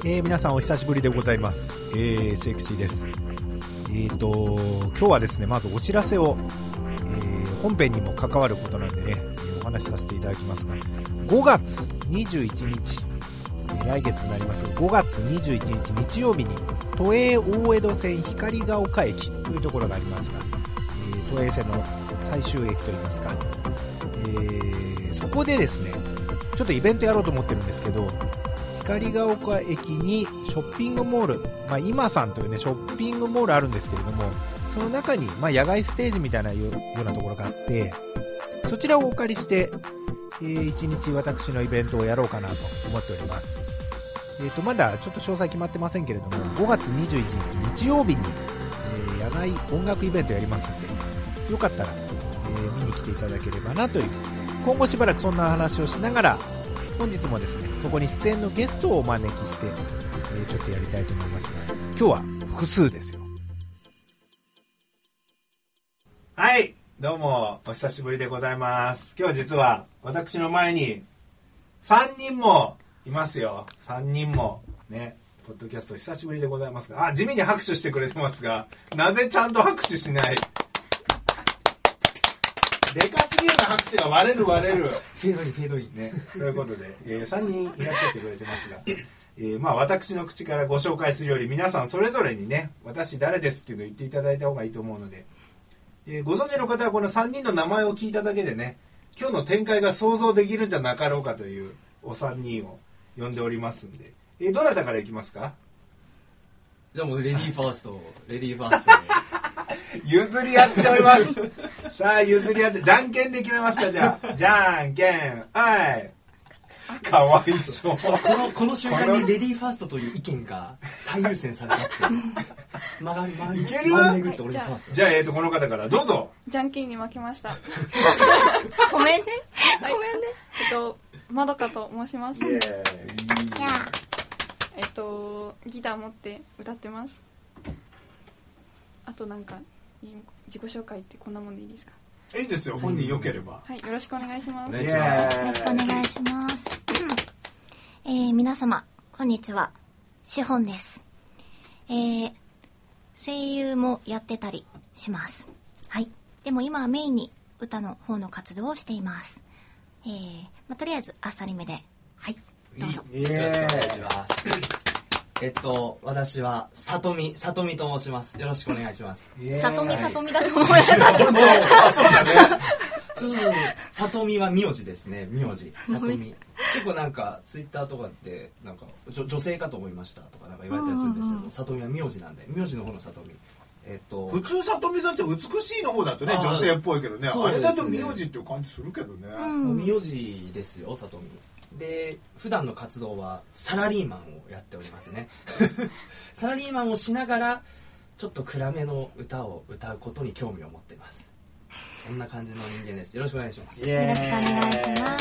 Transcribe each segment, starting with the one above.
皆さんお久しぶりでございます。シェイクシーです。今日はですね、まずお知らせを、本編にも関わることなんでね、お話しさせていただきますが、5月21日、来月になりますが、5月21日日曜日に都営大江戸線光が丘駅というところがありますが、都営線の最終駅といいますか、そこでですね、ちょっとイベントやろうと思ってるんですけど、光が丘駅にショッピングモール、今さんというねショッピングモールあるんですけれども、その中に野外ステージみたいなようなところがあって、そちらをお借りして、1日私のイベントをやろうかなと思っております。まだちょっと詳細決まってませんけれども、5月21日日曜日に、野外音楽イベントやりますんで、よかったら、見に来ていただければなという、今後しばらくそんな話をしながら、本日もですね、そこに出演のゲストをお招きして、ちょっとやりたいと思いますが、今日は複数ですよ。はい、どうもお久しぶりでございます。今日実は私の前に3人もいますよ。3人もね、ポッドキャスト久しぶりでございますが、地味に拍手してくれてますが、なぜちゃんと拍手しない。でかすぎるな、拍手が割れる。フェードインね。ということで、3人いらっしゃってくれてますが、私の口からご紹介するより、皆さんそれぞれにね、私誰ですっていうのを言っていただいた方がいいと思うので、ご存知の方はこの3人の名前を聞いただけでね、今日の展開が想像できるんじゃなかろうかというお3人を呼んでおりますんで、どなたからいきますか？ じゃあもうレディーファーストで譲り合っておりますさあ譲り合って、じゃんけんで決めますか？じゃあじゃんけん、はい。かわいそう。 この瞬間にレディーファーストという意見が最優先されたっていける？じゃあ、この方からどうぞ。 じゃんけんに負けましたごめんね、まどかと申します。ギター持って歌ってます。あとなんか自己紹介ってこんなもんでいいですか？ いいですよ、本人良ければ。 はい、よろしくお願いします。 よろしくお願いします皆様こんにちは、しほんです。声優もやってたりします。はい。でも今はメインに歌の方の活動をしています。とりあえずあっさりめで、はい、どうぞ。 よろしくお願いします。私は里見と申します。よろしくお願いします。 里見だと思いましたけどそうだね。 里見は名字ですね。名字里見。結構なんかツイッターとかってなんか女性かと思いましたとかなんか言われたりするんですけど、里見は名字なんで、名字の方の里見。 普通里見さんって美しいの方だとね、女性っぽいけどね、あれだと名字っていう感じするけどね。 名字ですよ、里見で。普段の活動はサラリーマンをやっておりますねサラリーマンをしながらちょっと暗めの歌を歌うことに興味を持っています。そんな感じの人間です。よろしくお願いします。 よろしくお願いします。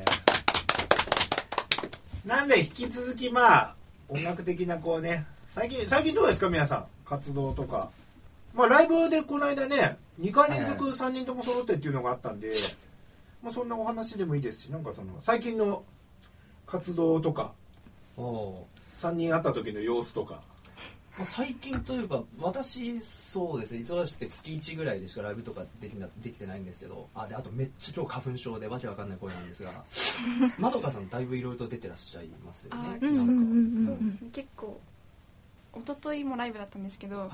なんで引き続き音楽的なこうね、最近どうですか皆さん、活動とか。ライブでこの間ね、2回連続3人とも揃ってっていうのがあったんで、そんなお話でもいいですし、なんかその最近の活動とか、3人会った時の様子とか。 最近というか私そうですね、忙しくて月1ぐらいでしかライブとかできてないんですけど、あとめっちゃ今日花粉症でわけわかんない声なんですがまどかさんだいぶいろいろと出てらっしゃいますよね。 そうですね、結構一昨日もライブだったんですけど、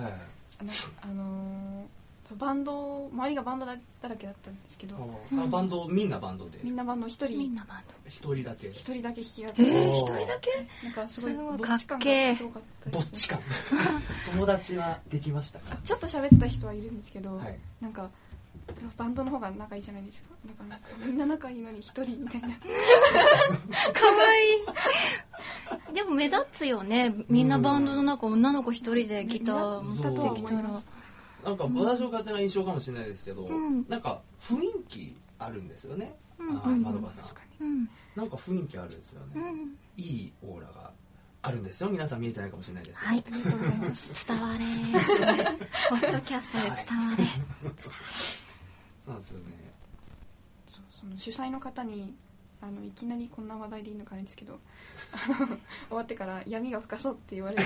バンド、周りがバンドだらけだったんですけど、 バンドみんなバンドで、 みんなバンド一人だけ弾き語って、 一人だけなんかすごいぼかっち感がすごかったです。 ぼっち感友達はできましたか？ ちょっと喋った人はいるんですけど、なんかバンドの方が仲いいじゃないですか。だからみんな仲いいのに一人みたいなかわいいでも目立つよね、みんなバンドの中女の子一人でギター持ってきたら。 なんか私の勝手な印象かもしれないですけど、なんか雰囲気あるんですよね。まどかさん、なんか雰囲気あるんですよね。いいオーラがあるんですよ。皆さん見えてないかもしれないですけど、 はい、伝われポッドキャストで伝われそうなんですよね。 その主催の方にいきなりこんな話題でいいのかあれですけど終わってから闇が深そうって言われて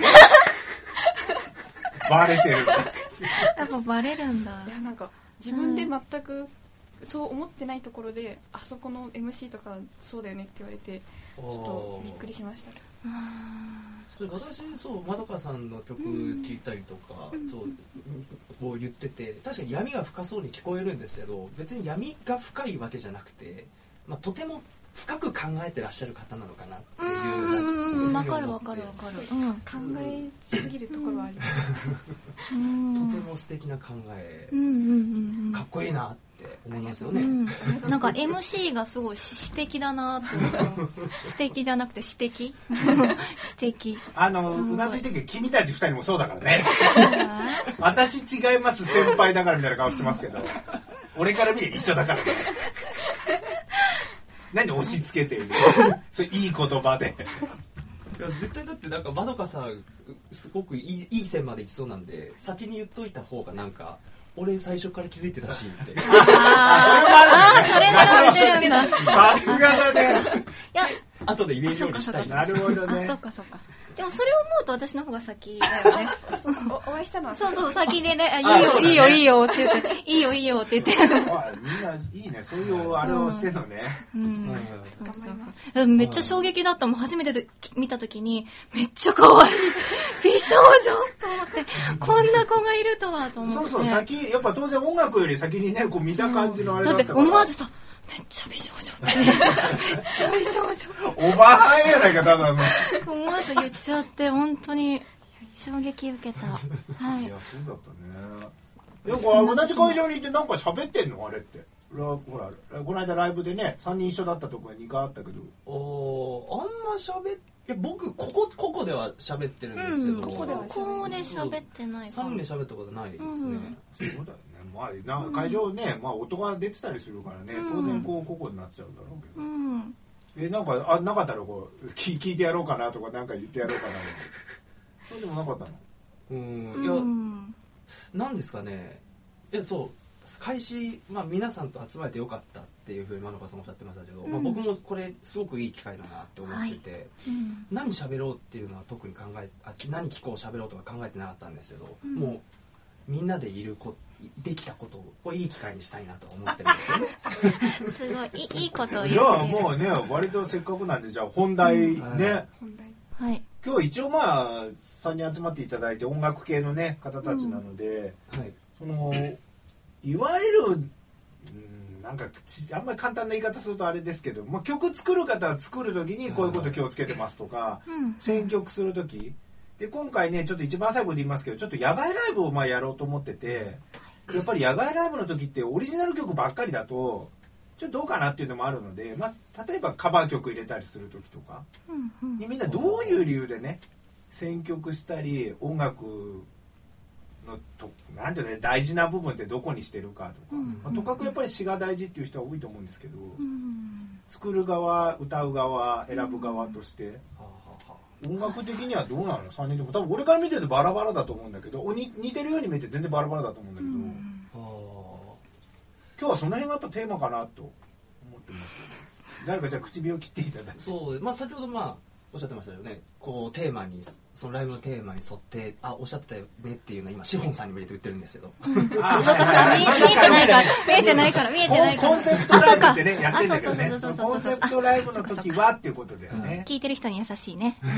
バレてるやっぱバレるんだ。 いやなんか自分で全くそう思ってないところで、あそこの MC とかそうだよねって言われてちょっとびっくりしました。 それ私そうまどかさんの曲聴いたりとか、そうを言ってて確かに闇が深そうに聞こえるんですけど、別に闇が深いわけじゃなくて、とても深く考えてらっしゃる方なのかなっていうわかるわかるわかる、 考えすぎるところはありますとても素敵な考え、かっこいいなって思いますよね、 なんか MC がすごい詩的だなって思う素敵じゃなくて詩的詩的うなずいてるけど君たち二人もそうだからね私違います先輩だからみたいな顔してますけど俺から見て一緒だからね何押し付けているそれいい言葉でいや絶対だってなんかまどかさんすごくいい線までいきそうなんで先に言っといた方がなんか俺最初から気づいてたしってそれもあるんだね。 それ狙ってるんだ。 さすがだね。 いや後でイメージようにしたいなるほどね。 そっかそっか。でもそれを思うと私の方が先だよね。 お会いしたのはそう先でね、いいよいいよって言って、いいよいいよって言って。 みんないいね、そういうあれをしてるのね。 めっちゃ衝撃だったもん。初めて見た時にめっちゃ可愛い美少女と思って、こんな子がいるとはと思って。 そう先やっぱ当然音楽より先にねこう見た感じのあれだったから。 だって思わずさ。めっちゃ美少女ってめっちゃ美少女おばはんやないかただの思わず言っちゃって本当に衝撃受けた。はい。 いやそうだったね。なんか同じ会場にいてなんか喋ってんのあれって。ほらこの間ライブでね3人一緒だったとこが2回あったけど。 あんま喋って。僕ここでは喋ってるんですけど、 ここで喋ってないか 3人で喋ったことないですね、 そうだよね。会場ね、音が出てたりするからね、当然ここになっちゃうんだろうけど、なんかなかったらこう聞いてやろうかなとかなんか言ってやろうかなそうでもなかったの。 いやなんですかね。そう開始、皆さんと集まれてよかったっていうふうにまどかさんおっしゃってましたけど、僕もこれすごくいい機会だなって思ってて、何喋ろうっていうのは特に何聞こう喋ろうとか考えてなかったんですけど、もうみんなでできたことをいい機会にしたいなと思ってるんですよねすごいいいことを言ってる。 じゃあもうね割とせっかくなんでじゃあ本題ね、 はい、 今日一応3人集まっていただいて音楽系のね方たちなので、いわゆるなんかあんまり簡単な言い方するとあれですけど、曲作る方は作る時にこういうこと気をつけてますとか、選曲する時で今回ねちょっと一番最後で言いますけどちょっと野外ライブをやろうと思ってて、やっぱり野外ライブの時ってオリジナル曲ばっかりだとちょっとどうかなっていうのもあるので、例えばカバー曲入れたりする時とかにみんなどういう理由でね選曲したり音楽のなんていうの大事な部分ってどこにしてるかとか、とかくやっぱり詩が大事っていう人は多いと思うんですけど、作る側歌う側選ぶ側として、音楽的にはどうなの3人とも多分俺から見てるとバラバラだと思うんだけど似てるように見えて全然バラバラだと思うんだけど、今日はその辺がやっぱテーマかなと思ってますけど、誰かじゃあ唇を切っていただいて。 そう先ほどおっしゃってましたよね。こうテーマにそのライブのテーマに沿っておっしゃってたよねっていうのは今シフォンさんに向けて言ってるんですけど。見えてないから。 コンセプトライブってねやってんだけどね。コンセプトライブの時はっていうことだよね。 聞いてる人に優しいね。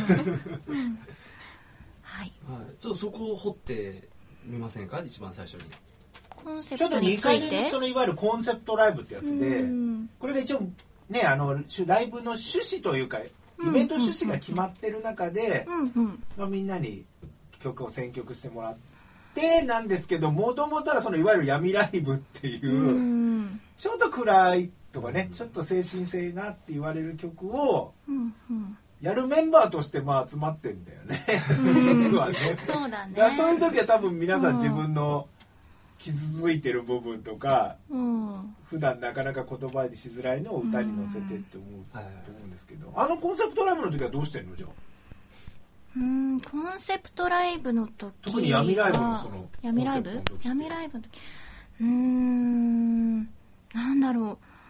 はい。 ちょっとそこを掘ってみませんか一番最初に。 コンセちょっと2回目のいわゆるコンセプトライブってやつで、これが一応ねライブの趣旨というか。イベント趣旨が決まってる中で、みんなに曲を選曲してもらってなんですけど、もともとはそのいわゆる闇ライブっていう、ちょっと暗いとかねちょっと精神性がって言われる曲をやるメンバーとして集まってんだよね実はね。 そうだね。 だからそういう時は多分皆さん自分の傷ついてる部分とか、普段なかなか言葉にしづらいのを歌に乗せてって思うと思うんですけど、コンセプトライブの時はどうしてんのじゃあ。 コンセプトライブの時は特に闇ライブのその闇ライブの時なんだろう、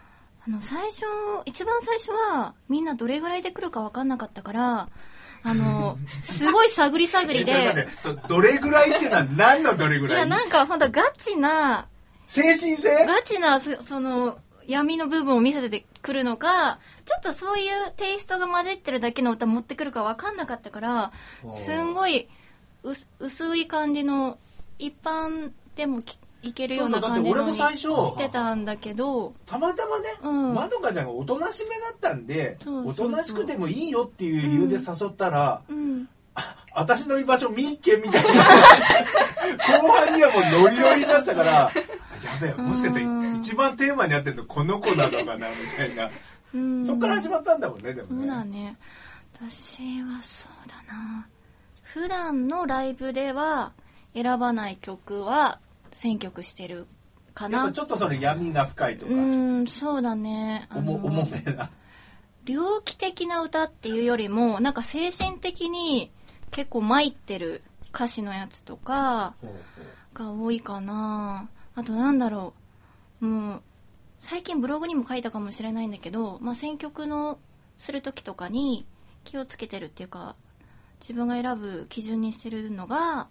一番最初はみんなどれぐらいで来るか分かんなかったからすごい探り探りでどれぐらいっていうのは何のどれぐらい？ いやなんか本当ガチな精神性？ ガチなその闇の部分を見せてくるのか、ちょっとそういうテイストが混じってるだけの歌持ってくるか分かんなかったから、すんごい薄い感じの一般でもいけるような感じのにしてたんだけど、 たまたまね、まどかちゃんがおとなしめだったんで、おとなしくてもいいよっていう理由で誘ったら、私の居場所見っけみたいな後半にはもうノリノリになってたからやべえ、もしかしたら一番テーマに合ってるのこの子なのかなみたいな、そっから始まったんだもんね。でもね、 そうだね。私はそうだな、普段のライブでは選ばない曲は選曲してるかな。 やっぱちょっとその闇が深いとか、 そうだね、 重めな猟奇的な歌っていうよりもなんか精神的に結構参ってる歌詞のやつとかが多いかな。あとなんだろう、もう最近ブログにも書いたかもしれないんだけど、選曲のする時とかに気をつけてるっていうか、自分が選ぶ基準にしてるのが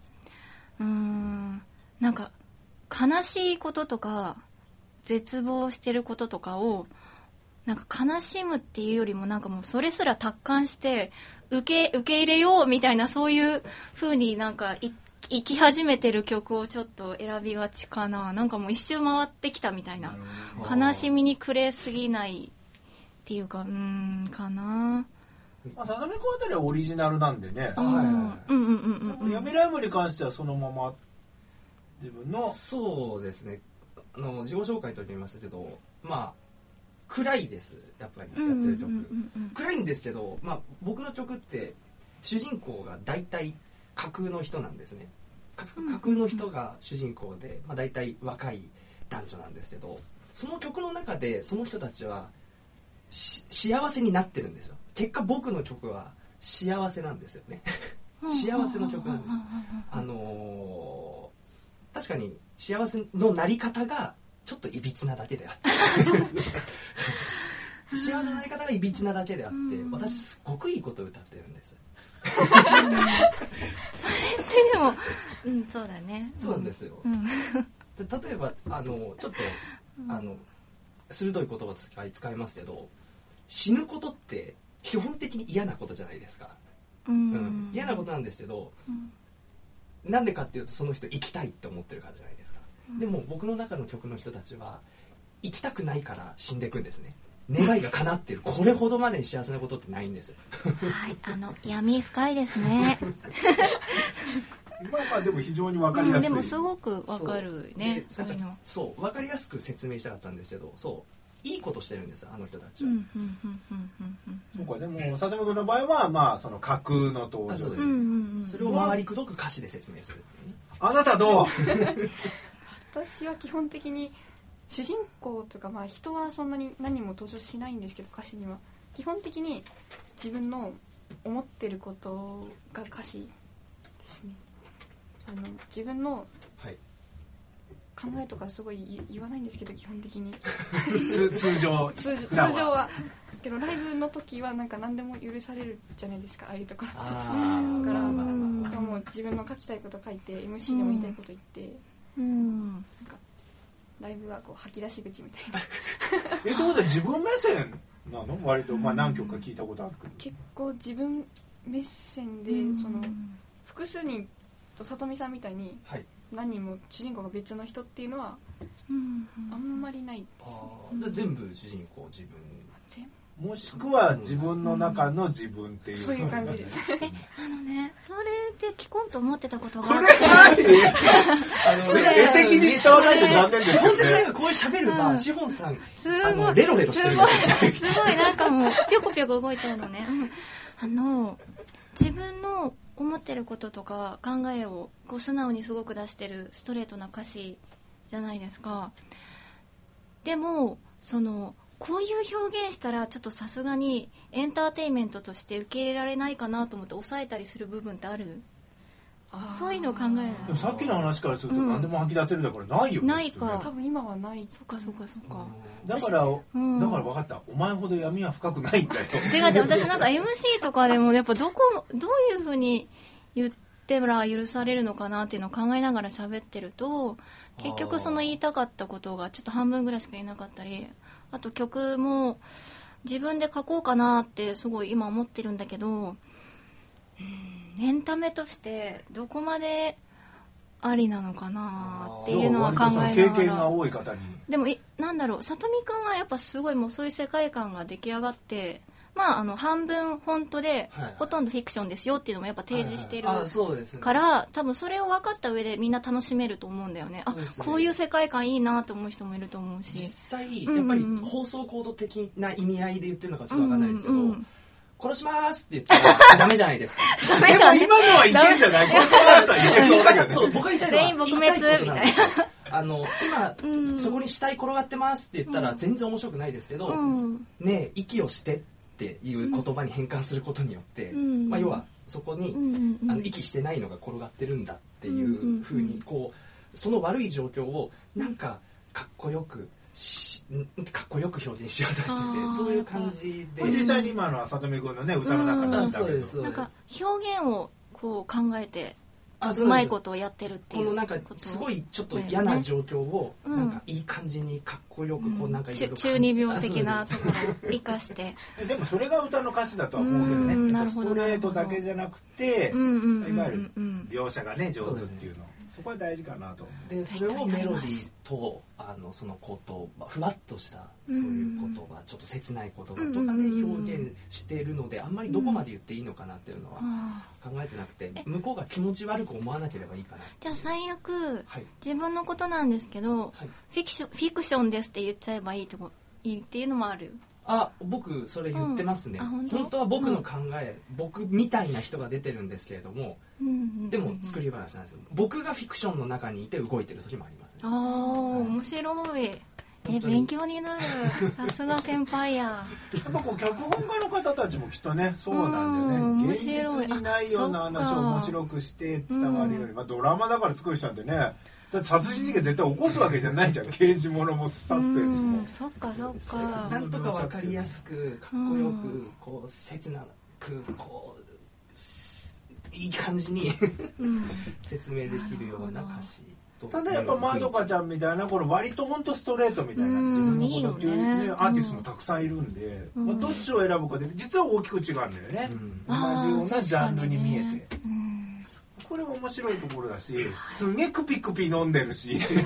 なんか悲しいこととか絶望してることとかをなんか悲しむっていうよりもなんかもうそれすら達観して受け入れようみたいな、そういう風になんか生き始めてる曲をちょっと選びがちかな。なんかもう一周回ってきたみたいな、悲しみに暮れすぎないっていうかかな。 さだめくんあたりはオリジナルなんでね。闇ライブに関してはそのまま自分の。 そうですね、自己紹介と言いましたけど、暗いです。やっぱりやってる曲、暗いんですけど、僕の曲って主人公が大体架空の人なんですね。架空の人が主人公で、大体若い男女なんですけど、その曲の中でその人たちは幸せになってるんですよ。結果僕の曲は幸せなんですよね幸せの曲なんですよ。確かに幸せのなり方がちょっといびつなだけであって幸せのなり方がいびつなだけであって、私すごくいいことを歌ってるんですそれってでもそうだね。 そうなんですよ、例えばちょっと鋭い言葉を使いますけど、死ぬことって基本的に嫌なことじゃないですか。嫌なことなんですけど、なんでかっていうとその人生きたいって思ってるからじゃないですか。でも僕の中の曲の人たちは生きたくないから死んでいくんですね。願いが叶ってる、これほどまでに幸せなことってないんですはい、闇深いですねでも非常に分かりやすい、 でもすごく分かるね。 そう分かりやすく説明したかったんですけど、いいことしてるんですあの人たちは。 そうか。でもさだめくんの場合はその架空の登場です、 それを回りくどく歌詞で説明するっていうね。 あなたどう私は基本的に主人公とか人はそんなに何も登場しないんですけど、歌詞には基本的に自分の思ってることが歌詞ですね。自分の考えとかすごい言わないんですけど、基本的に通常はけどライブの時はなんか何でも許されるじゃないですか、ああいうところって。だからもう自分の書きたいこと書いて MC でも言いたいこと言って、なんかライブはこう吐き出し口みたいなってことで自分目線なの？割と何曲か聞いたことあるけど、 結構自分目線で複数人とさとみさんみたいに何人も主人公が別の人っていうのはあんまりないですね。 全部主人公自分、 もしくは自分の中の自分っていう、 そういう感じですそれで聞こうと思ってたことがあって絵的に伝わらないと残念ですよね。 基本的にこういう喋る場、シフォンさんすごいレロレロしてるんですすごいなんかもうぴょこぴょこ動いちゃうのね。自分の思ってることとか考えをこう素直にすごく出してるストレートな歌詞じゃないですか。でもこういう表現したらちょっとさすがにエンターテインメントとして受け入れられないかなと思って抑えたりする部分ってある？ そういうのを考えない。 でもさっきの話からすると何でも吐き出せるだからないよね、 ないか多分今はない。 そっかそっかそっか。 だから分かった、お前ほど闇は深くないんだよ。 違う私なんか MC とかでもやっぱどういう風に言ってら許されるのかなっていうのを考えながら喋ってると、結局その言いたかったことがちょっと半分ぐらいしか言えなかったり、あと曲も自分で書こうかなってすごい今思ってるんだけど、エンタメとしてどこまでありなのかなっていうのは考えながら。 経験が多い方に。 でもなんだろう、さとみくんはやっぱすごいもうそういう世界観が出来上がって、まあ半分本当で、ほとんどフィクションですよっていうのもやっぱ提示してるから、多分それを分かった上でみんな楽しめると思うんだよね。こういう世界観いいなと思う人もいると思うし、 実際やっぱり放送コード的な意味合いで言ってるのかちょっと分かんないですけど、殺しますって言ったらダメじゃないですか。 でも今のはいけんじゃない？殺しますはいけそうだけどね。 そう、僕が言いたいのは全員撲滅みたいな。今そこに死体転がってますって言ったら全然面白くないですけど、ねえ息をしてっていう言葉に変換することによって、まあ要はそこに息してないのが転がってるんだっていう風にこうその悪い状況をなんかかっこよく表現しようとしてて、そういう感じで。 実際に今のはさとみくんのね歌の中でしたけど、 なんか表現をこう考えてうまいことをやってるっていうこのなんかすごいちょっと嫌な状況をなんかいい感じにかっこよくこうなんかいろいろ中二病的なところを生かしてでもそれが歌の歌詞だとは思うけどね。ストレートだけじゃなくて、いわゆる描写がね上手っていうの、そこは大事かなと思う。 でそれをメロディーとその言葉、ふわっとしたそういう言葉、ちょっと切ない言葉とかで表現しているので、あんまりどこまで言っていいのかなっていうのは考えてなくて、向こうが気持ち悪く思わなければいいかな。 じゃあ最悪、自分のことなんですけど、フィクションですって言っちゃえばいいっていうのもある。 僕それ言ってますね。本当は僕の考え、僕みたいな人が出てるんですけれども、でも作り話なんですよ。僕がフィクションの中にいて動いてる時もありますね。 面白い。勉強になる。さすが先輩や。 やっぱこう脚本家の方たちもきっとねそうなんだよね。現実にないような話を面白くして伝わるように、ドラマだから作る人なんてね、だって殺人事件絶対起こすわけじゃないじゃん。刑事物もサスペンスも。 そっかそっか。 なんとかわかりやすくかっこよくこう切なくこういい感じに説明できるような歌詞。 ただやっぱまどかちゃんみたいなこの割と本当ストレートみたいな自分のことっていうねアーティストもたくさんいるんで、どっちを選ぶかで実は大きく違うんだよね。同じようなジャンルに見えて。これも面白いところだし、すげえクピクピ飲んでるしそう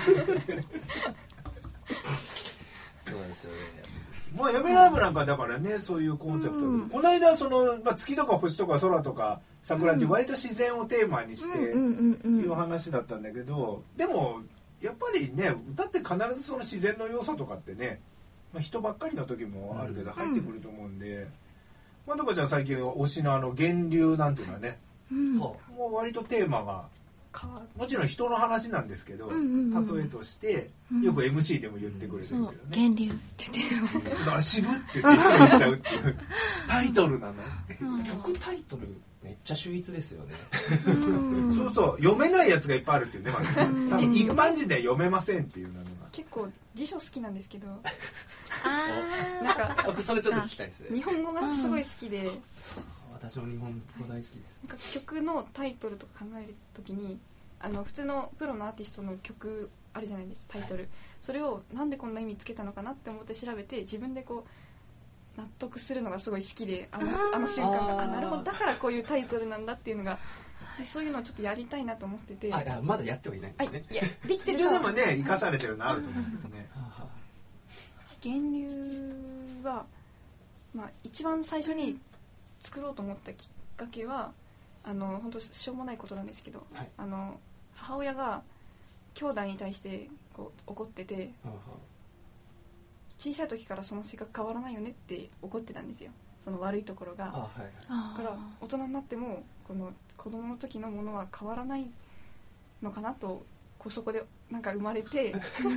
ですよね。 もうやめライブなんかだからね、そういうコンセプトで、この間その、月とか星とか空とか桜って割と自然をテーマにしていう話だったんだけど、でもやっぱりね歌って必ずその自然の要素とかってね、人ばっかりの時もあるけど入ってくると思うんで、まどかちゃん最近推しの源流なんていうのはね、もう割とテーマがもちろん人の話なんですけど、例えとしてよく MC でも言ってくれてるけどね、 源流って言ってだから渋って言って言っちゃうっていうタイトルなのって曲タイトルめっちゃ秀逸ですよね。 そうそう、読めないやつがいっぱいあるっていうね、多分一般人では読めませんっていうのが結構辞書好きなんですけどなんか僕それちょっと聞きたいですね。 日本語がすごい好きで、 私も日本語大好きです。 なんか曲のタイトルとか考えるときに普通のプロのアーティストの曲あるじゃないですか、タイトル、それをなんでこんな意味つけたのかなって思って調べて自分でこう納得するのがすごい好きで、あの瞬間がなるほどだからこういうタイトルなんだっていうのが、そういうのをちょっとやりたいなと思ってて、 まだやってはいないんですね。 いやできてる一応でもね生かされてるのあると思うんですね。 源流は、一番最初に作ろうと思ったきっかけは本当しょうもないことなんですけど、母親が兄弟に対してこう怒ってて、小さい時からその性格変わらないよねって怒ってたんですよ、その悪いところが。だから大人になってもこの子供の時のものは変わらないのかなとそこでなんか生まれて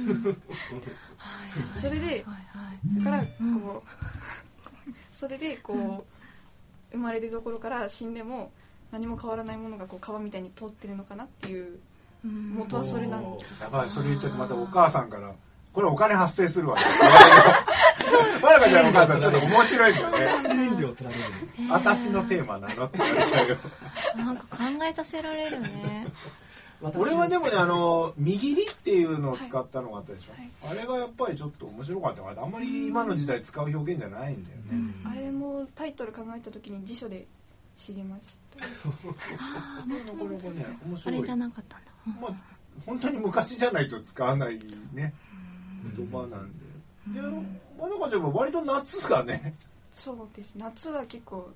それでだからこうそれでこう生まれるところから死んでも何も変わらないものがこう川みたいに通ってるのかなっていう元はそれなんでやばい、それ言っちゃってまたお母さんからこれお金発生するわまだかちゃんのお母さんちょっと面白いんだよね。 出演料取られるんです。 私のテーマなのって言われちゃうよ。 なんか考えさせられるね。 俺はでもね、右利っていうのを使ったのがあったでしょ、 はい、 あれがやっぱりちょっと面白かったから、あんまり今の時代使う表現じゃないんだよね、 あれもタイトル考えた時に辞書で知りましたあなかなかね面あ白い。 れじゃなかったんだ、 まあ本当に昔じゃないと使わないね言葉なんで、でまどかちゃんは割と夏がね、 そうです。夏は結構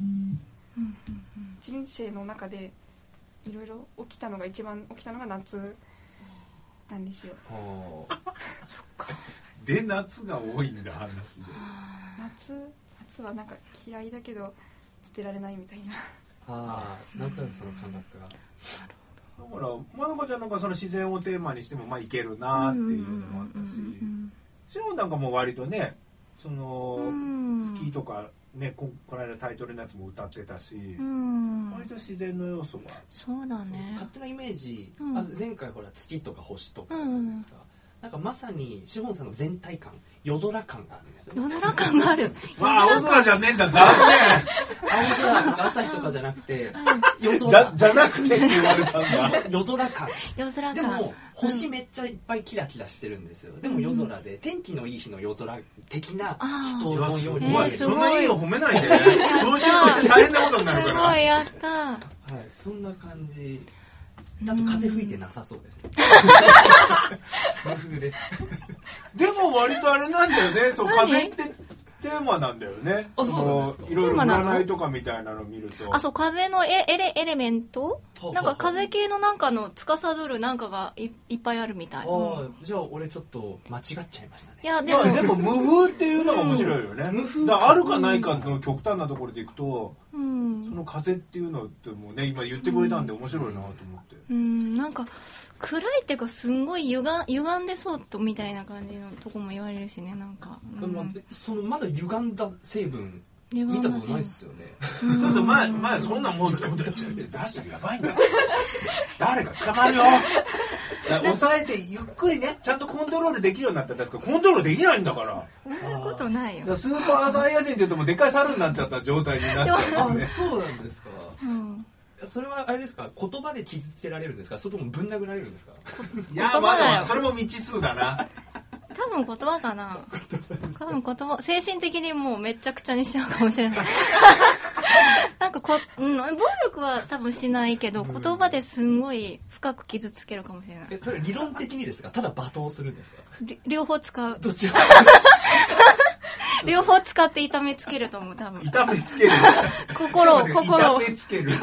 人生の中でいろいろ一番起きたのが夏なんですよ。 そっか。 で夏が多いんだ話で。 夏はなんか嫌いだけど捨てられないみたいな。 なんとなくその感覚が。 だからまどかちゃんなんかその自然をテーマにしてもまあいけるなっていうのもあったし、シオンなんかも割とね、そのスキーとかね、この間タイトルのやつも歌ってたし、割と自然の要素が。 そうだね。 勝手なイメージ、前回ほら月とか星とかじゃないですか。なんかまさにシホンさんの全体感、夜空感があるんですよね。 夜空感がある。 まあ青空じゃねえんだ、残青空とか朝日とかじゃなくて、夜空じゃなくてって言われたんだ。 夜空感。 夜空感。 でも星めっちゃいっぱいキラキラしてるんですよ。でも夜空で、天気のいい日の夜空的な人のように。 そんないいの褒めないで。調子乗って大変なことになるから。 すごいやった。 はい、そんな感じ。あと風吹いてなさそうですね。無風です。 でも割とあれなんだよね。そう、風ってテーマなんだよね。 あ、そうなんですか。 いろいろ占いとかみたいなのを見ると。 あ、そう、風のエレメント？なんか風系のなんかの司るなんかがいっぱいあるみたい。 じゃあ俺ちょっと間違っちゃいましたね。 いやでも無風っていうのが面白いよね。無風。だからあるかないかの極端なところでいくと、その風っていうのってもうね、今言ってくれたんで面白いなと思って。 なんか暗いっていうかすんごい歪んでそうとみたいな感じのとこも言われるしね、なんか、 そのまだ歪んだ成分見たことないっすよね。 そうそう、前そんなもん出したらやばいんだ。誰か捕まるよ。抑えてゆっくりね、ちゃんとコントロールできるようになったんですけど、コントロールできないんだから。 そんなことないよ。 スーパーサイヤ人って言うともうでっかい猿になっちゃった状態になっちゃう、ね。 そうなんですか。それはあれですか、言葉で傷つけられるんですか、それともぶん殴られるんですか。 いや、まあそれも未知数だな。 多分言葉かな。多分言葉、精神的にもうめちゃくちゃにしちゃうかもしれない。なんか暴力は多分しないけど、言葉ですんごい深く傷つけるかもしれない。 それ理論的にですか、ただ罵倒するんですか。 両方使う。 どっち両方使って痛めつけると思う、多分。 痛めつける。 心を。 痛めつける。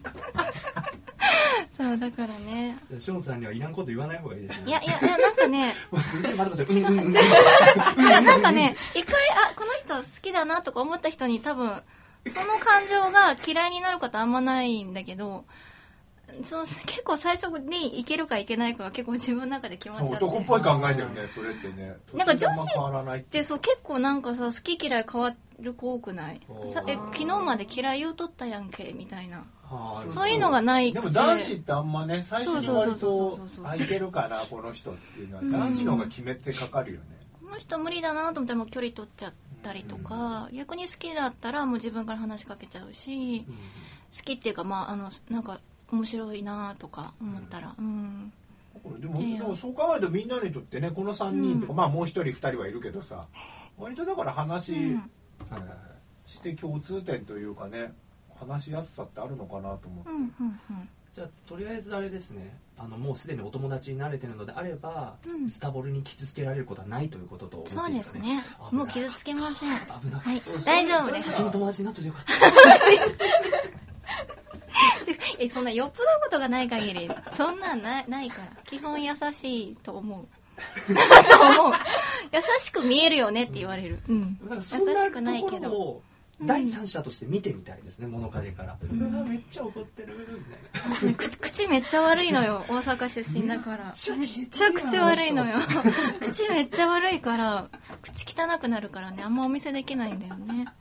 そうだからね。 ショーンさんにはいらんこと言わない方がいいですね。 いやなんかね。 もうすげえ待ってください。なんかね、一回この人好きだなとか思った人に多分その感情が嫌いになることあんまないんだけど。結構最初にいけるかいけないかが結構自分の中で決まっちゃって。 男っぽい考えだよね、それってね。 なんか女子ってそう結構なんかさ、好き嫌い変わる子多くない？昨日まで嫌い言うとったやんけみたいな。そういうのがないでも男子ってあんまね、最初に割といけるかなこの人っていうのは男子の方が決めてかかるよね。 この人無理だなと思っても距離取っちゃったりとか、逆に好きだったらもう自分から話しかけちゃうし、好きっていうかなんか面白いなとか思ったら、 でもそう考えるとみんなにとってね、この3人とか、もう1人2人はいるけどさ、割とだから話して共通点というかね、話しやすさってあるのかなと思って、 じゃあとりあえずあれですね、もうすでにお友達になれてるのであれば、ズタボロに傷つけられることはないということと思っていいですね。 そうですね、もう傷つけません。 危なかった、 はい、大丈夫です。 先に友達になっててよかった。 そんなよっぽどことがない限りそんなんないから、基本優しいと思う優しく見えるよねって言われる、優しくないけど第三者として見てみたいですね、物陰から。めっちゃ怒ってるみたいな。 口めっちゃ悪いのよ、大阪出身だからめっちゃ口悪いのよ。口めっちゃ悪いから口汚くなるからね、あんまお見せできないんだよね。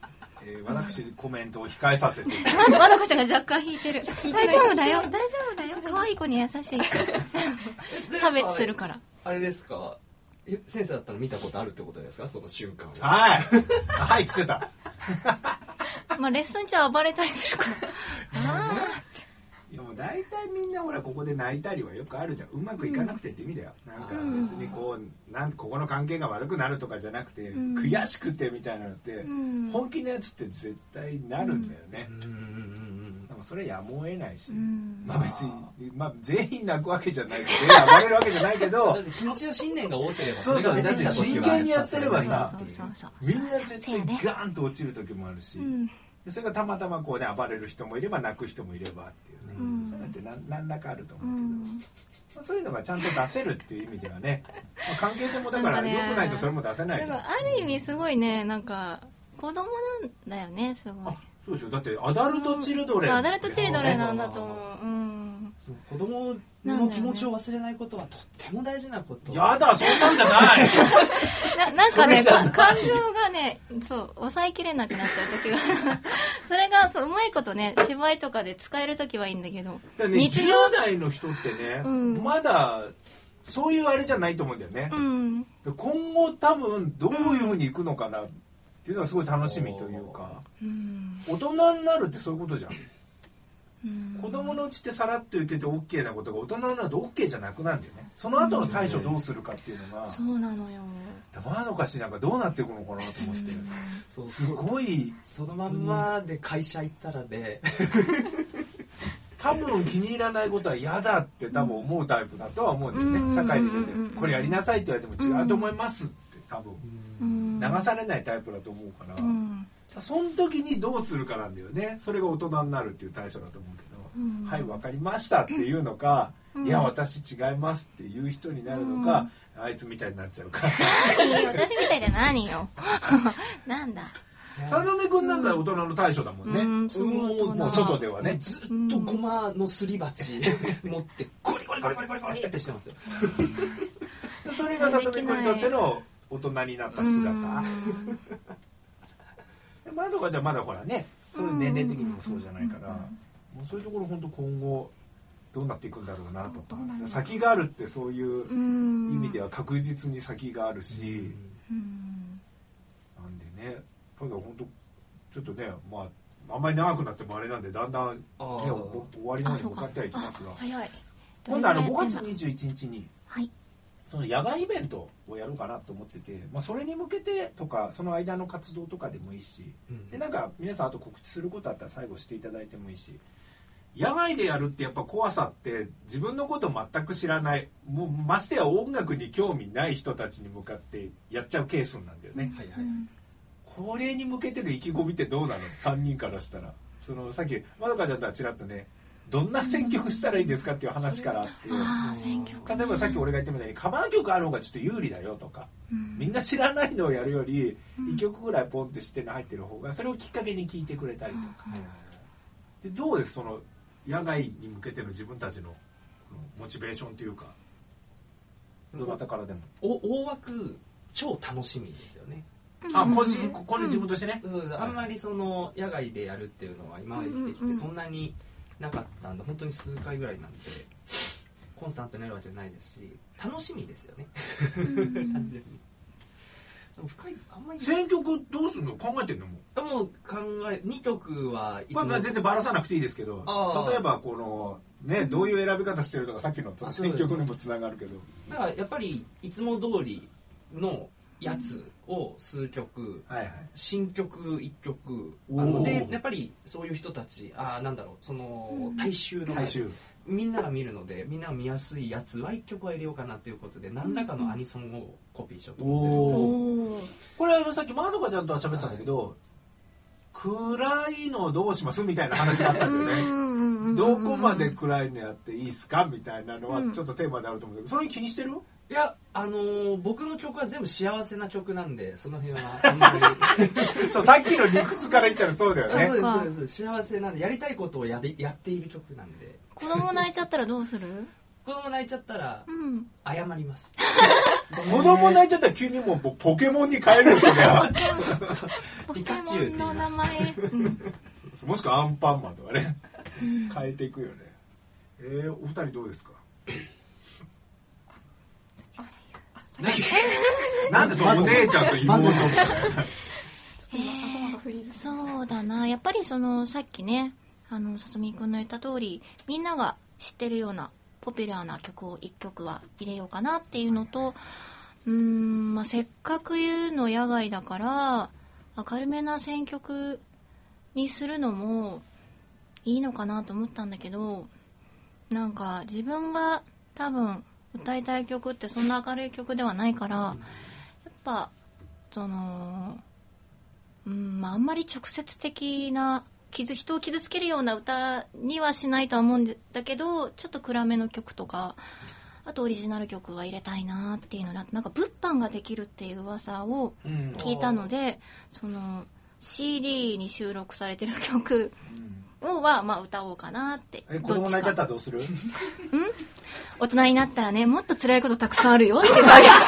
私コメントを控えさせてまどかちゃんが若干引いてる。大丈夫だよ大丈夫だよ、可愛い子に優しい差別するから。 あれですか、先生だったら見たことあるってことですか、その瞬間を。 はいはいつってたまあレッスン中暴れたりするからいやもう大体みんなほらここで泣いたりはよくあるじゃん。うまくいかなくてって意味だよ、なんか別にこうここの関係が悪くなるとかじゃなくて、悔しくてみたいなのって、本気のやつって絶対なるんだよね、でもそれやむを得ないし、まあ別に、まあ、全員泣くわけじゃないし全員暴れるわけじゃないけどだって気持ちの信念が多ければそうそう、だって真剣にやってればさそうみんな絶対ガーンと落ちる時もあるし、でそれがたまたまこうね暴れる人もいれば泣く人もいればっていうね、そうやって何らかあると思うけど、まあ、そういうのがちゃんと出せるっていう意味ではね、まあ、関係性もだから良くないとそれも出せないじゃん。 ある意味すごいね、なんか子供なんだよね、すごい。 そうですよ、だってアダルトチルドレン、 アダルトチルドレンなんだと思う、 子供の気持ちを忘れないことはとっても大事なこと。 やだ、そんなんじゃないなんかね、感情がね、そう抑えきれなくなっちゃう時がそれがそううまいことね、芝居とかで使える時はいいんだけど、 ね、10代の人ってね、まだそういうあれじゃないと思うんだよね、今後多分どういうふうにいくのかなっていうのはすごい楽しみというか、大人になるってそういうことじゃん。子供のうちってさらっと言ってて OK なことが大人になると OK じゃなくなるんだよね。その後の対処どうするかっていうのが、 そうなのよ。 まどかしなんかどうなっていくのかなと思ってすごいそのまんまで会社行ったらで多分気に入らないことは嫌だって多分思うタイプだとは思うんだよね。社会に出てこれやりなさいって言われても違うと思いますって多分流されないタイプだと思うから、その時にどうするかなんだよね。それが大人になるっていう対処だと思うけど、はい分かりましたっていうのか、いや私違いますっていう人になるのか、あいつみたいになっちゃうか私みたいで何よなんだ。 佐野目くんなんか大人の対処だもんね。もう外ではねずっとゴマのすり鉢持ってゴリゴリゴリゴリゴリゴリってしてますよそれが佐野目くんにとっての大人になった姿。まどかじゃまだほらね、そういう年齢的にもそうじゃないから、もうそういうところ本当今後どうなっていくんだろうなとか、先があるってそういう意味では確実に先があるし、なんでね、ただ本当ちょっとね、まああんまり長くなってもあれなんでだんだん、ね、終わりまで向かってはいきますが、今度5月21日に、その野外イベントをやろうかなと思ってて、まあ、それに向けてとかその間の活動とかでもいいし、でなんか皆さんあと告知することあったら最後していただいてもいいし、野外でやるってやっぱ怖さって自分のこと全く知らない、もうましてや音楽に興味ない人たちに向かってやっちゃうケースなんだよね、これに向けての意気込みってどうなの3人からしたら。そのさっきまどかちゃんとはちらっとね、どんな選曲したらいいんですかっていう話からあって、例えばさっき俺が言ったみたいにカバー曲ある方がちょっと有利だよとか、みんな知らないのをやるより1曲ぐらいポンって知ってるの入ってる方がそれをきっかけに聴いてくれたりとか、でどうです、その野外に向けての自分たちのモチベーションというか、どなたからでも。 大枠超楽しみですよね。 ここで自分としてね、 あんまりその野外でやるっていうのは今まで生きてきてそんなになかったんで、本当に数回ぐらいなんでコンスタントにやるわけじゃないですし、楽しみですよね単純に。深いあんまり選曲どうするの考えてんの？ もう2曲はいつも、 まあ全然バラさなくていいですけど、例えばこのね、どういう選び方してるとかさっきの選曲にもつながるけど、 だからやっぱりいつも通りのやつを数曲、新曲1曲で、やっぱりそういう人たち、なんだろう、その大衆のみんなが見るので、みんなが見やすいやつは1曲は入れようかなということで、何らかのアニソンをコピーしようと思ってるんです。 これさっきまどかちゃんとは喋ったんだけど、暗いのどうしますみたいな話があったんだよねどこまで暗いのやっていいっすかみたいなのはちょっとテーマであると思うんだけど、それ気にしてる？ いや、僕の曲は全部幸せな曲なんで、その辺はあんまりそうさっきの理屈から言ったらそうだよね。 そうです幸せなんで、やりたいことをやっている曲なんで。 子供泣いちゃったらどうする？ 子供泣いちゃったら謝ります。 子供泣いちゃったら急にもうポケモンに変えるんですよね。 ピカチュウって言います。 の名前、 もしくはアンパンマンとかね、変えていくよね。お二人どうですか？なんでそのお姉ちゃんと妹みたいな。 頭がフリーズ。 そうだな、やっぱりそのさっきねさとみくんの言った通り、みんなが知ってるようなポピュラーな曲を1曲は入れようかなっていうのと、せっかく言うの野外だから明るめな選曲にするのもいいのかなと思ったんだけど、なんか自分が多分歌いたい曲ってそんな明るい曲ではないから、やっぱそのあんまり直接的な人を傷つけるような歌にはしないとは思うんだけど、ちょっと暗めの曲とか、あとオリジナル曲は入れたいなっていうので、なんか物販ができるっていう噂を聞いたので、その CD に収録されてる曲は歌おうかなって。 子供泣いちゃったらどうする？ 大人になったらね、もっと辛いことたくさんあるよって言ってあげる。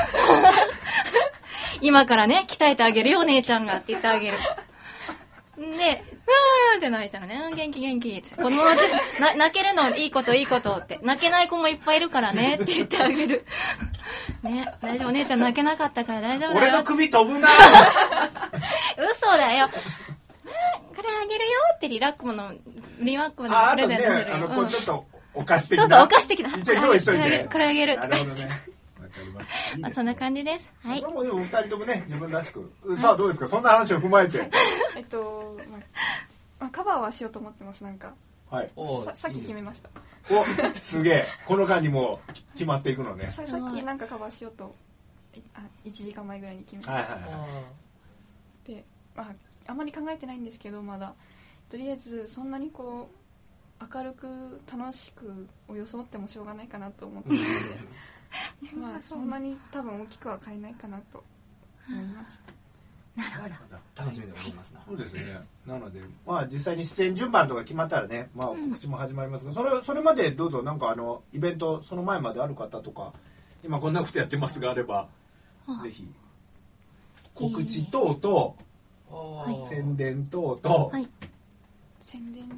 今からね鍛えてあげるよお姉ちゃんがって言ってあげる。で、うわーって泣いたらね、元気元気って。子供たち泣けるのいいこといいことって。泣けない子もいっぱいいるからねって言ってあげる。ね、大丈夫、お姉ちゃん泣けなかったから大丈夫だよ。 俺の首飛ぶな。 嘘だよ。これあげるよってリラックマのプレゼントするよ。 これちょっとお菓子的な。 そうそう、お菓子的な。 一応用意しといて。 これあげるとか。 なるほどね。わかりました。いいですね。 そんな感じです。はい。 でも二人ともね、自分らしく。さあどうですか。そんな話を踏まえて。 カバーはしようと思ってます。なんか。 はい。 さっき決めました。 お、すげえ。この間にもう決まっていくのね。 さっきなんかカバーしようと1時間前ぐらいに決めました。で、あんまり考えてないんですけど、まだとりあえずそんなにこう明るく楽しくを装ってもしょうがないかなと思っているのでそんなに多分大きくは変えないかなと思います。 なるほど。 楽しみでございますな。 そうですね。なので実際に出演順番とか決まったらね、告知も始まりますが、それまでどうぞなんかイベントその前まである方とか今こんなことやってますがあればぜひ告知等々。宣伝等々、 宣伝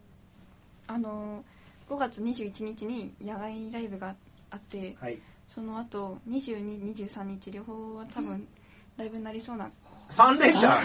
5月21日に野外ライブがあって、その後22、23日両方は多分ライブになりそうな。 3連チャン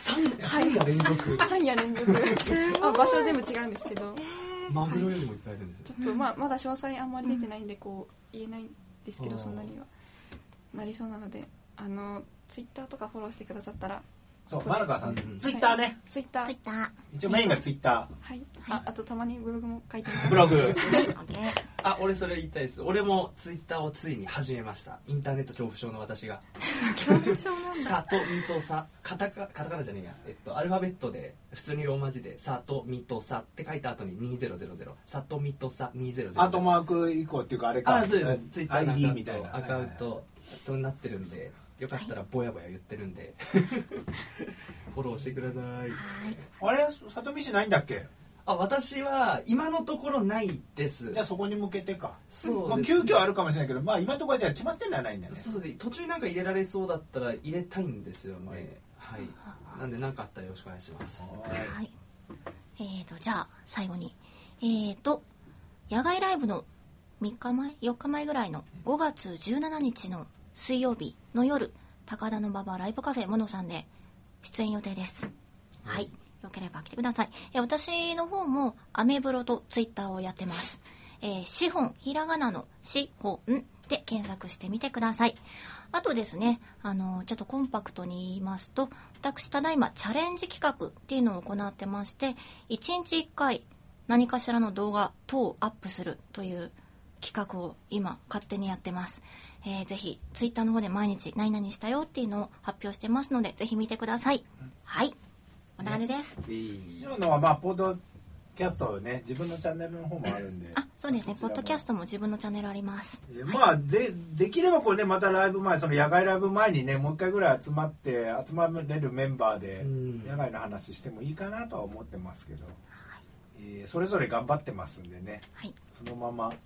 3夜連続 3夜連続場所全部違うんですけど、 マグロよりもいっぱいいるんですよ。 ちょっとまだ詳細あんまり出てないんでこう言えないんですけど、そんなにはなりそうなのでツイッターとかフォローしてくださったら。 そう、マルカさん、ツイッターね。 ツイッター。 一応メインがツイッター。 はい。あとたまにブログも書いてます。 ブログ。 俺それ言いたいです。俺もツイッターをついに始めました。インターネット恐怖症の私が。 恐怖症なんだ。 さとみとさ、カタカナじゃねえや。アルファベットで普通にローマ字でさとみとさって書いた後に2000。さとみとさ2000。 アートマーク以降っていうかあれか。 そうです。ツイッター ID みたいなアカウントそうなってるんで。よかったらぼやぼや言ってるんでフォローしてください。 あれ里見市ないんだっけ？ 私は今のところないです。 じゃあそこに向けてか。 そう急遽あるかもしれないけど今のところはじゃあ決まってんのはないんだね。 そうです。途中になんか入れられそうだったら入れたいんですよね。はい。なんで何かあったらよろしくお願いします。 はい。じゃあ最後に野外ライブの3日前4日前ぐらいの5月17日の水曜日の夜、高田馬場ライブカフェモノさんで出演予定です。はい、よければ来てください。私の方もアメブロとツイッターをやってます。シホン、ひらがなのシホンで検索してみてください。あとですね、ちょっとコンパクトに言いますと、私ただいまチャレンジ企画っていうのを行ってまして、1日1回何かしらの動画等をアップするという企画を今勝手にやってます。ぜひツイッターの方で毎日何々したよっていうのを発表してますので、ぜひ見てください。はい、こんな感じです。 今のはポッドキャストね、自分のチャンネルの方もあるんで。 そうですね、ポッドキャストも自分のチャンネルあります。 できればこれね、またライブ前、その野外ライブ前にね、もう一回ぐらい集まれるメンバーで野外の話してもいいかなとは思ってますけど、それぞれ頑張ってますんでね、そのまま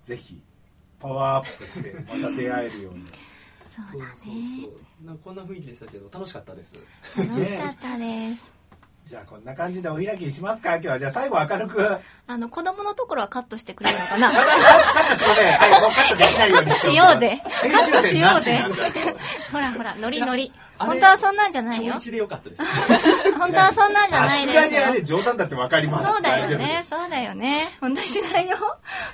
ぜひパワーアップしてまた出会えるようにそうだね。 なんかこんな雰囲気でしたけど楽しかったです。 楽しかったです。 じゃあこんな感じでお開きにしますか。今日はじゃあ最後明るく子供のところはカットしてくれるのかな。 カットしようね。はい、もうカットできないようにしようで。カットしようで。 編集点なしなんだほらほら、ノリノリ。本当はそんなんじゃないよ。 気持ちでよかったです。 本当はそんなんじゃないですよ。 さすがにあれ冗談だってわかります。 そうだよね。そうだよね。本当にしないよ。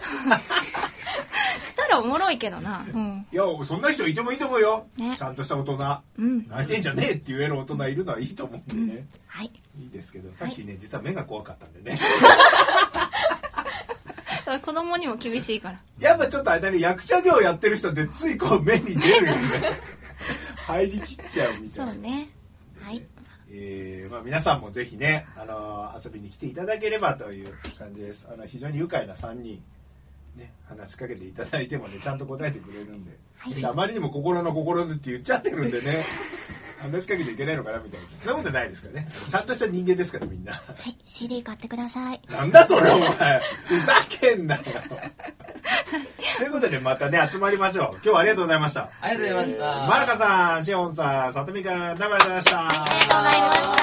したらおもろいけどな。うん。 いや、そんな人いてもいいと思うよ。 ね、 ちゃんとした大人。 うん。 泣いてんじゃねえって言える大人いるのはいいと思うんでね。 はい。 いいですけど、さっきね、実は目が怖かったんでね。 子供にも厳しいから。 やっぱちょっとあれだね、役者業やってる人ってついこう目に出るよね。入りきっちゃうみたいな。 そうね。はい。 まあ、皆さんもぜひね、遊びに来ていただければという感じです。非常に愉快な3人、ね、話しかけていただいてもね、ちゃんと答えてくれるんで、はい、あまりにも心の心でって言っちゃってるんでね、話しかけていけないのかなみたいな。そんなことないですからね。ちゃんとした人間ですからみんな。はい、CD 買ってください。 なんだそれお前。ふざけんなよ。ということでまたね、集まりましょう。今日はありがとうございました。 ありがとうございました。 マラカさん、シオンさん、さとみくん、どうもありがとうございました。 ありがとうございました。